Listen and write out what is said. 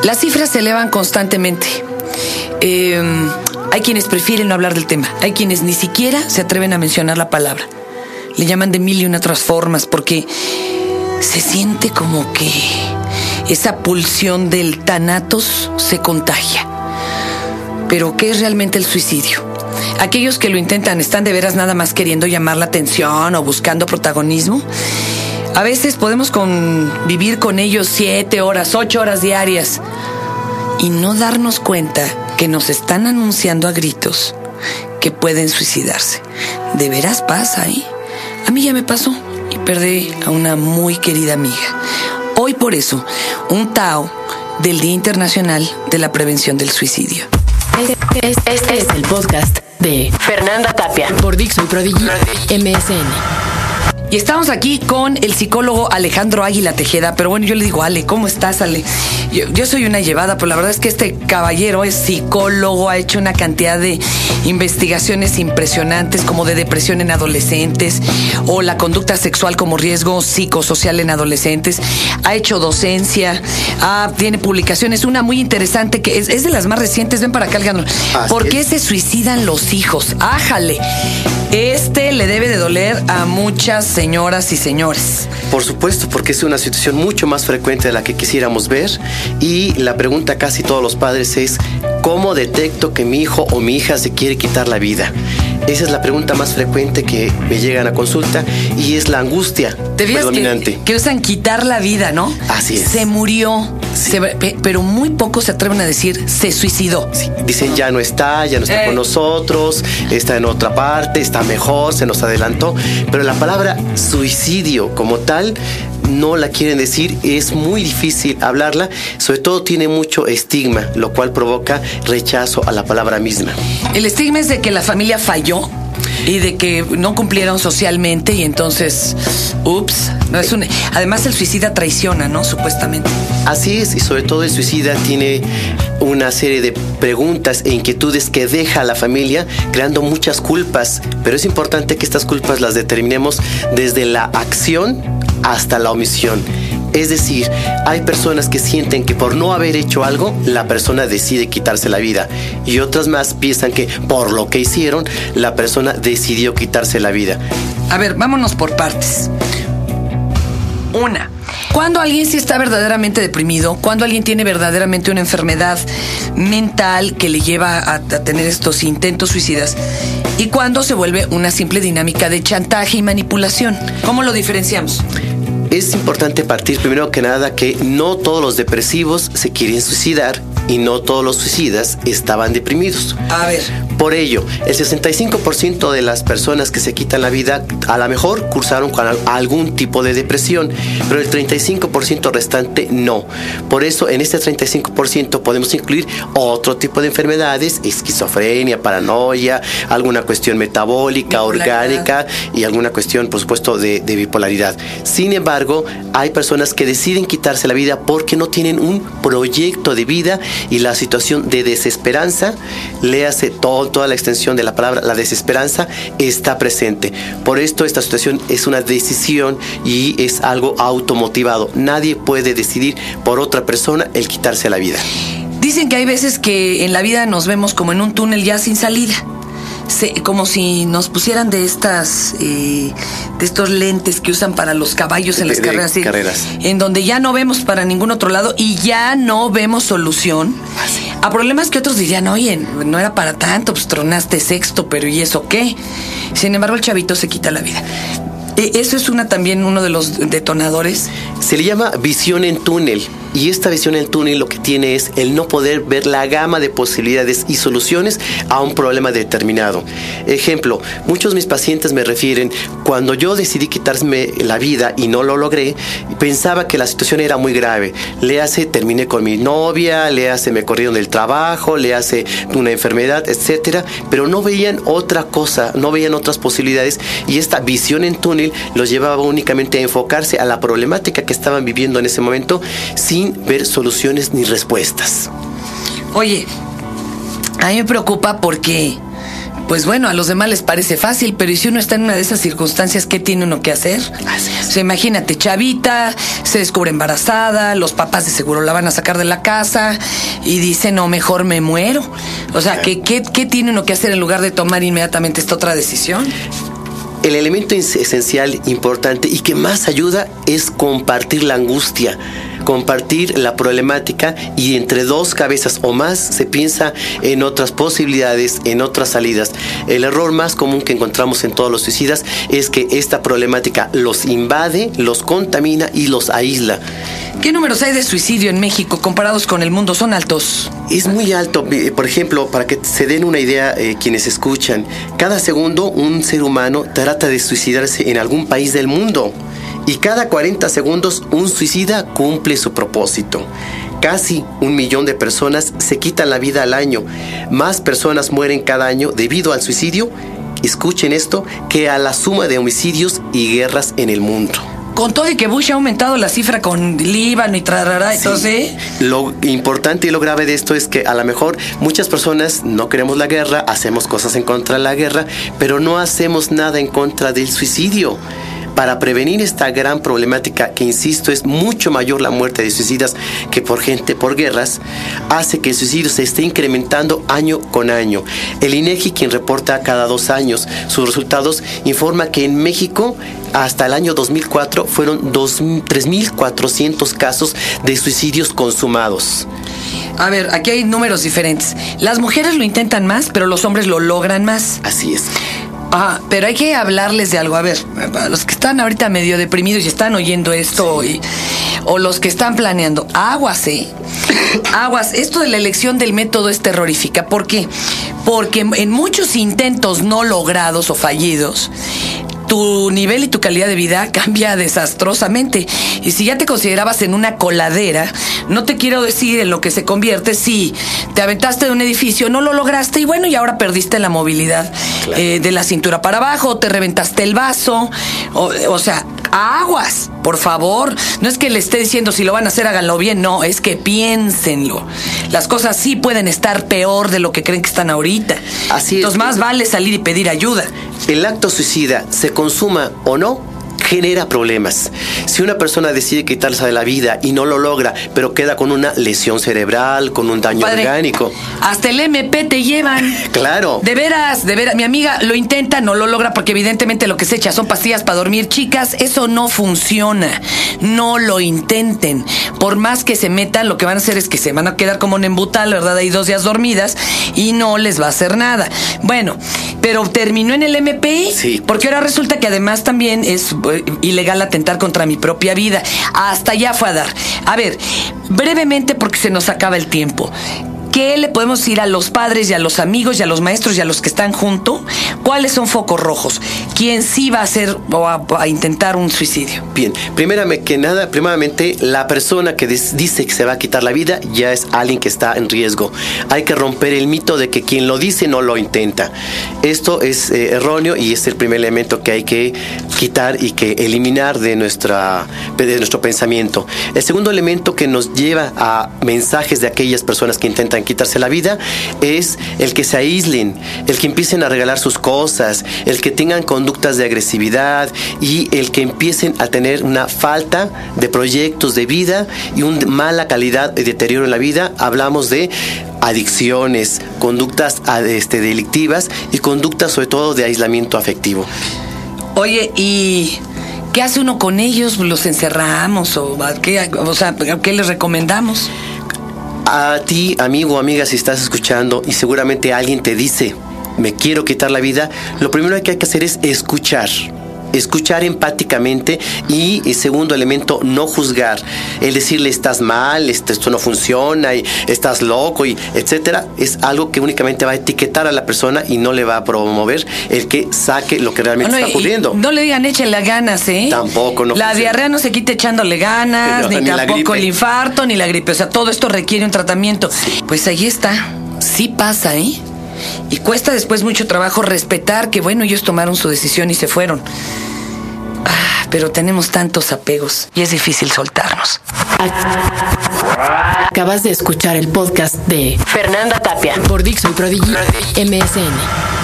Las cifras se elevan constantemente. Hay quienes prefieren no hablar del tema. Hay quienes ni siquiera se atreven a mencionar la palabra. Le llaman de mil y una otras formas porque se siente como que esa pulsión del Thanatos se contagia. Pero ¿qué es realmente el suicidio? Aquellos que lo intentan, ¿están de veras nada más queriendo llamar la atención o buscando protagonismo? A veces podemos vivir con ellos 7 horas, 8 horas diarias y no darnos cuenta que nos están anunciando a gritos que pueden suicidarse. De veras pasa, ¿eh? A mí ya me pasó y perdí a una muy querida amiga. Hoy por eso, un Tao del Día Internacional de la Prevención del Suicidio. Este es el podcast de Fernanda Tapia por Dixo y Prodigy MSN. Y estamos aquí con el psicólogo Alejandro Águila Tejeda. Pero bueno, yo le digo, Ale, ¿cómo estás, Ale? Yo soy una llevada, pero la verdad es que este caballero es psicólogo, ha hecho una cantidad de investigaciones impresionantes, como de depresión en adolescentes o la conducta sexual como riesgo psicosocial en adolescentes. Ha hecho docencia, tiene publicaciones, una muy interesante que es de las más recientes. Ven para acá, Alejandro. ¿Por qué se suicidan los hijos? ¡Ájale! Le debe de doler a muchas señoras y señores. Por supuesto, porque es una situación mucho más frecuente de la que quisiéramos ver. Y la pregunta a casi todos los padres es: ¿cómo detecto que mi hijo o mi hija se quiere quitar la vida? Esa es la pregunta más frecuente que me llegan a consulta y es la angustia predominante. Que usan quitar la vida, ¿no? Así es. Se murió, sí. Pero muy pocos se atreven a decir se suicidó. Sí. Dicen ya no está con nosotros, está en otra parte, está mejor, se nos adelantó. Pero la palabra suicidio como tal no la quieren decir, es muy difícil hablarla, sobre todo tiene mucho estigma, lo cual provoca rechazo a la palabra misma. El estigma es de que la familia falló y de que no cumplieron socialmente y entonces, además el suicida traiciona, ¿no? Supuestamente. Así es, y sobre todo el suicida tiene una serie de preguntas e inquietudes que deja a la familia creando muchas culpas, pero es importante que estas culpas las determinemos desde la acción hasta la omisión. Es decir, hay personas que sienten que por no haber hecho algo, la persona decide quitarse la vida. Y otras más piensan que por lo que hicieron, la persona decidió quitarse la vida. A ver, vámonos por partes. Cuando alguien sí está verdaderamente deprimido, cuando alguien tiene verdaderamente una enfermedad mental que le lleva a tener estos intentos suicidas, y cuando se vuelve una simple dinámica de chantaje y manipulación. ¿Cómo lo diferenciamos? Es importante partir primero que nada que no todos los depresivos se quieren suicidar y no todos los suicidas estaban deprimidos. A ver. Por ello, el 65% de las personas que se quitan la vida a lo mejor cursaron con algún tipo de depresión, pero el 35% restante no. Por eso, en este 35% podemos incluir otro tipo de enfermedades: esquizofrenia, paranoia, alguna cuestión metabólica, orgánica y alguna cuestión, por supuesto, de bipolaridad. Sin embargo, hay personas que deciden quitarse la vida porque no tienen un proyecto de vida y la situación de desesperanza, léase toda la extensión de la palabra, la desesperanza, está presente. Por esto esta situación es una decisión y es algo automotivado. Nadie puede decidir por otra persona el quitarse la vida. Dicen que hay veces que en la vida nos vemos como en un túnel ya sin salida. Como si nos pusieran de estos lentes que usan para los caballos en las carreras, en donde ya no vemos para ningún otro lado y ya no vemos solución a problemas que otros dirían: oye, no era para tanto, pues tronaste sexto, pero ¿y eso qué? Sin embargo, el chavito se quita la vida. Eso es también uno de los detonadores. Se le llama visión en túnel. Y esta visión en túnel lo que tiene es el no poder ver la gama de posibilidades y soluciones a un problema determinado. Ejemplo, muchos de mis pacientes me refieren: cuando yo decidí quitarme la vida y no lo logré, pensaba que la situación era muy grave. Léase, terminé con mi novia, léase, me corrieron del trabajo, léase, una enfermedad, etcétera, pero no veían otra cosa, no veían otras posibilidades, y esta visión en túnel los llevaba únicamente a enfocarse a la problemática que estaban viviendo en ese momento sin ver soluciones ni respuestas. Oye, a mí me preocupa porque, pues bueno, a los demás les parece fácil, pero ¿y si uno está en una de esas circunstancias, qué tiene uno que hacer? Así es. O sea, imagínate, chavita, se descubre embarazada, los papás de seguro la van a sacar de la casa y dice, no, mejor me muero. O sea, ¿qué tiene uno que hacer en lugar de tomar inmediatamente esta otra decisión? El elemento esencial, importante y que más ayuda es compartir la angustia, compartir la problemática, y entre dos cabezas o más se piensa en otras posibilidades, en otras salidas. El error más común que encontramos en todos los suicidas es que esta problemática los invade, los contamina y los aísla. ¿Qué números hay de suicidio en México comparados con el mundo? ¿Son altos? Es muy alto. Por ejemplo, para que se den una idea quienes escuchan, cada segundo un ser humano trata de suicidarse en algún país del mundo. Y cada 40 segundos un suicida cumple su propósito. Casi 1 millón de personas se quitan la vida al año. Más personas mueren cada año debido al suicidio, escuchen esto, que a la suma de homicidios y guerras en el mundo. Con todo y que Bush ha aumentado la cifra con Líbano y trarará, sí. Entonces... Lo importante y lo grave de esto es que a lo mejor muchas personas no queremos la guerra, hacemos cosas en contra de la guerra, pero no hacemos nada en contra del suicidio. Para prevenir esta gran problemática, que insisto, es mucho mayor la muerte de suicidas que por guerras, hace que el suicidio se esté incrementando año con año. El INEGI, quien reporta cada 2 años sus resultados, informa que en México hasta el año 2004 fueron 3.400 casos de suicidios consumados. A ver, aquí hay números diferentes. Las mujeres lo intentan más, pero los hombres lo logran más. Así es. Pero hay que hablarles de algo. A ver, para los que están ahorita medio deprimidos y están oyendo esto, sí, o los que están planeando, aguas, aguas. Esto de la elección del método es terrorífica. ¿Por qué? Porque en muchos intentos no logrados o fallidos, tu nivel y tu calidad de vida cambia desastrosamente. Y si ya te considerabas en una coladera, no te quiero decir en lo que se convierte si te aventaste de un edificio, no lo lograste y bueno, y ahora perdiste la movilidad, claro, de la cintura para abajo, te reventaste el vaso, o sea, aguas, por favor. No es que le esté diciendo si lo van a hacer, háganlo bien, no, es que piénsenlo. Las cosas sí pueden estar peor de lo que creen que están ahorita. Así es. Entonces más vale salir y pedir ayuda. El acto suicida, se consuma o no, genera problemas. Si una persona decide quitarse de la vida y no lo logra, pero queda con una lesión cerebral, con un daño orgánico. Hasta el MP te llevan. Claro. De veras. Mi amiga lo intenta, no lo logra porque evidentemente lo que se echa son pastillas para dormir. Chicas, eso no funciona. No lo intenten. Por más que se metan, lo que van a hacer es que se van a quedar como en embutal, ¿verdad? Ahí 2 días dormidas y no les va a hacer nada. Bueno, pero terminó en el MP. Sí. Porque ahora resulta que además también es ilegal atentar contra mi propia vida. Hasta allá fue a dar. A ver, brevemente porque se nos acaba el tiempo. ¿Qué le podemos decir a los padres y a los amigos y a los maestros y a los que están junto? ¿Cuáles son focos rojos? ¿Quién sí va a hacer o a intentar un suicidio? Bien, primeramente, la persona que dice que se va a quitar la vida ya es alguien que está en riesgo. Hay que romper el mito de que quien lo dice no lo intenta. Esto es erróneo y es el primer elemento que hay que quitar y que eliminar de nuestro pensamiento. El segundo elemento que nos lleva a mensajes de aquellas personas que intentan quitarse la vida es el que se aíslen, el que empiecen a regalar sus cosas, el que tengan conductas de agresividad y el que empiecen a tener una falta de proyectos de vida y una mala calidad de deterioro en la vida. Hablamos de adicciones, conductas delictivas y conductas sobre todo de aislamiento afectivo. Oye, ¿y qué hace uno con ellos? ¿Los encerramos qué les recomendamos? A ti, amigo o amiga, si estás escuchando y seguramente alguien te dice, me quiero quitar la vida, lo primero que hay que hacer es escuchar empáticamente y el segundo elemento, no juzgar. El decirle estás mal, esto no funciona, y estás loco, y etcétera, es algo que únicamente va a etiquetar a la persona y no le va a promover el que saque lo que realmente está ocurriendo. No le digan échale ganas, Tampoco, no. La diarrea no se quita echándole ganas, ni tampoco el infarto, ni la gripe. O sea, todo esto requiere un tratamiento. Sí. Pues ahí está. Sí pasa, Y cuesta después mucho trabajo respetar que, bueno, ellos tomaron su decisión y se fueron. Pero tenemos tantos apegos y es difícil soltarnos. Acabas de escuchar el podcast de Fernanda Tapia por Dixo y Prodigy MSN.